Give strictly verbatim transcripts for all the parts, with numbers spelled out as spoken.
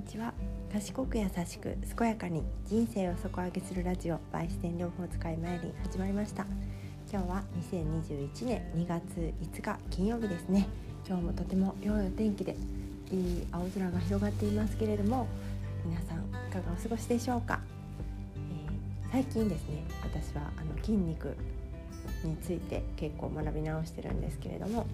ちは。賢く優しく健やかに人生を底上げするラジオバイ自然療法使いマイリン始まりました。今日はにせんにじゅういちねんにがついつか金曜日ですね。今日もとても良いお天気でいい青空が広がっていますけれども、皆さんいかがお過ごしでしょうか。えー、最近ですね、私はあの筋肉について結構学び直してるんですけれども、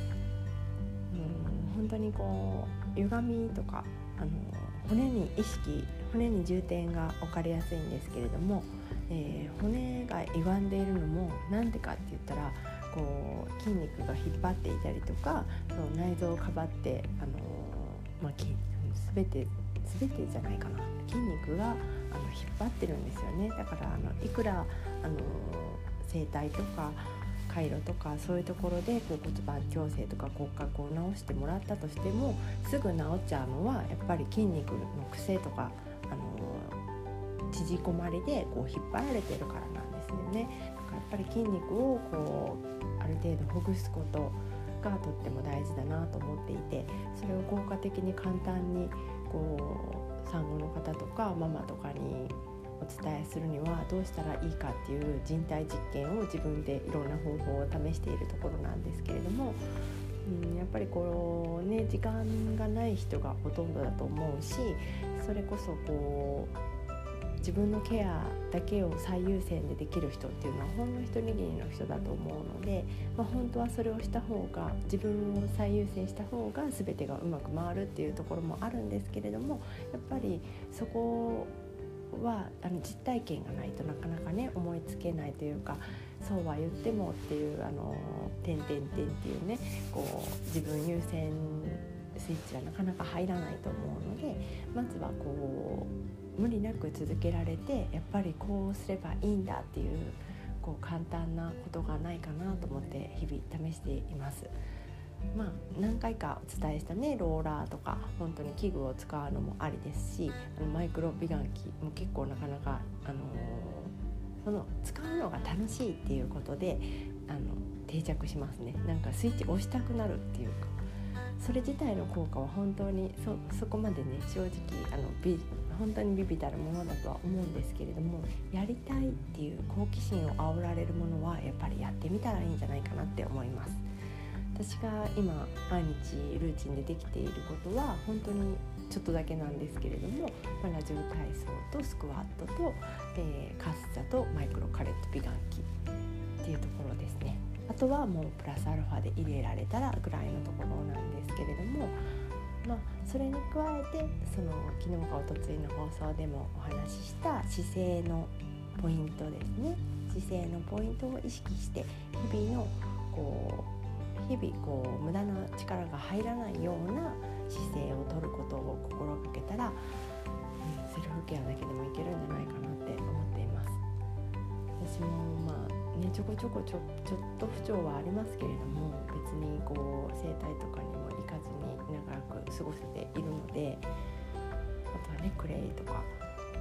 うん本当にこう歪みとかあの骨に意識骨に重点が置かれやすいんですけれども、えー、骨が歪んでいるのもなんでかって言ったら、こう筋肉が引っ張っていたりとか、そう内臓をかばってあの、まあ、筋全て全てじゃないかな筋肉があの引っ張ってるんですよね。だからあのいくらあの整体とか回路とかそういうところでこう骨盤矯正とか骨格を直してもらったとしても、すぐ治っちゃうのはやっぱり筋肉の癖とかあの縮こまりでこう引っ張られてるからなんですよね。だからやっぱり筋肉をこうある程度ほぐすことがとっても大事だなと思っていて、それを効果的に簡単にこう産後の方とかママとかにお伝えするにはどうしたらいいかっていう人体実験を自分でいろんな方法を試しているところなんですけれども、うん、やっぱりこうね時間がない人がほとんどだと思うし、それこそこう自分のケアだけを最優先でできる人っていうのはほんの一握りの人だと思うので、まあ、本当はそれをした方が自分を最優先した方が全てがうまく回るっていうところもあるんですけれども、やっぱりそこはあの実体験がないとなかなかね思いつけないというか、そうは言ってもっていうあの点々点っていうねこう自分優先スイッチはなかなか入らないと思うので、まずはこう無理なく続けられて、やっぱりこうすればいいんだっていうこう簡単なことがないかなと思って日々試しています。まあ、何回かお伝えしたねローラーとか本当に器具を使うのもありですし、あのマイクロ美顔器も結構なかなか、あのー、その使うのが楽しいっていうことであの定着しますね。なんかスイッチ押したくなるっていうか、それ自体の効果は本当に そ, そこまでね正直あのビ本当にビビたるものだとは思うんですけれども、やりたいっていう好奇心を煽られるものはやっぱりやってみたらいいんじゃないかなって思います。私が今毎日ルーチンでできていることは本当にちょっとだけなんですけれども、まあ、ラジオ体操とスクワットと、えー、カッサとマイクロカレット美顔器っていうところですね。あとはもうプラスアルファで入れられたらぐらいのところなんですけれども、まあ、それに加えてその昨日かおとついの放送でもお話しした姿勢のポイントですね。姿勢のポイントを意識して日々のこう日々こう無駄な力が入らないような姿勢をとることを心がけたら、うん、セルフケアだけでもいけるんじゃないかなって思っています。私もまあねちょこちょこちょ、ちょっと不調はありますけれども、別にこう整体とかにも行かずに長く過ごせているので、あとはねクレイとか、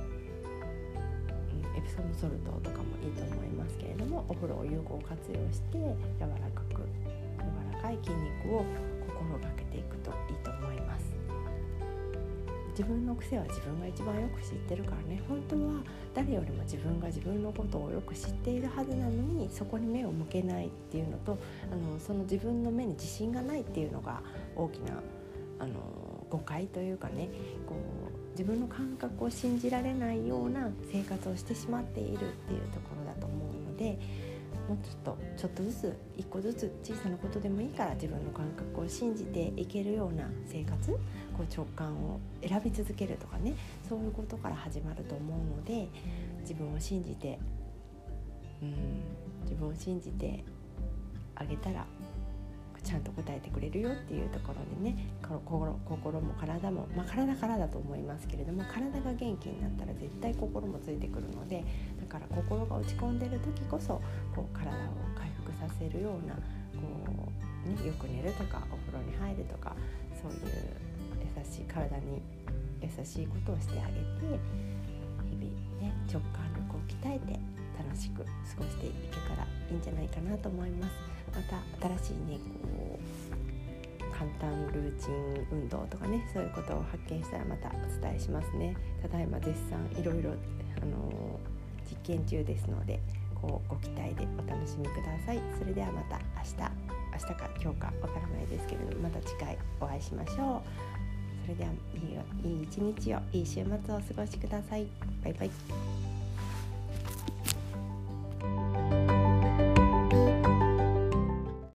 うん、エプソムソルトとかもいいと思いますけれども、お風呂を有効活用して柔らかく筋肉を心がけていくといいと思います。自分の癖は自分が一番よく知ってるからね、本当は誰よりも自分が自分のことをよく知っているはずなのに、そこに目を向けないっていうのと、あのその自分の目に自信がないっていうのが大きなあの誤解というかね、こう自分の感覚を信じられないような生活をしてしまっているっていうところだと思うので、もうちょっとちょっとずつ一個ずつ小さなことでもいいから自分の感覚を信じていけるような生活、こう直感を選び続けるとかね、そういうことから始まると思うので、自分を信じて、うん、自分を信じてあげたらちゃんと答えてくれるよっていうところでね、心、心も体も、まあ、体からだと思いますけれども、体が元気になったら絶対心もついてくるので、だから心が落ち込んでる時こそこう体を回復させるようなこう、ね、よく寝るとかお風呂に入るとか、そういう優しい体に優しいことをしてあげて、日々、ね、直感力を鍛えて楽しく過ごしていけたらいいんじゃないかなと思います。また新しいねこう簡単ルーチン運動とかね、そういうことを発見したらまたお伝えしますね。ただいま絶賛いろいろ、あのー、実験中ですので、こうご期待でお楽しみください。それではまた明日明日か今日かわからないですけれども、また次回お会いしましょう。それではいいよ、いい一日を、いい週末をお過ごしください。バイバイ。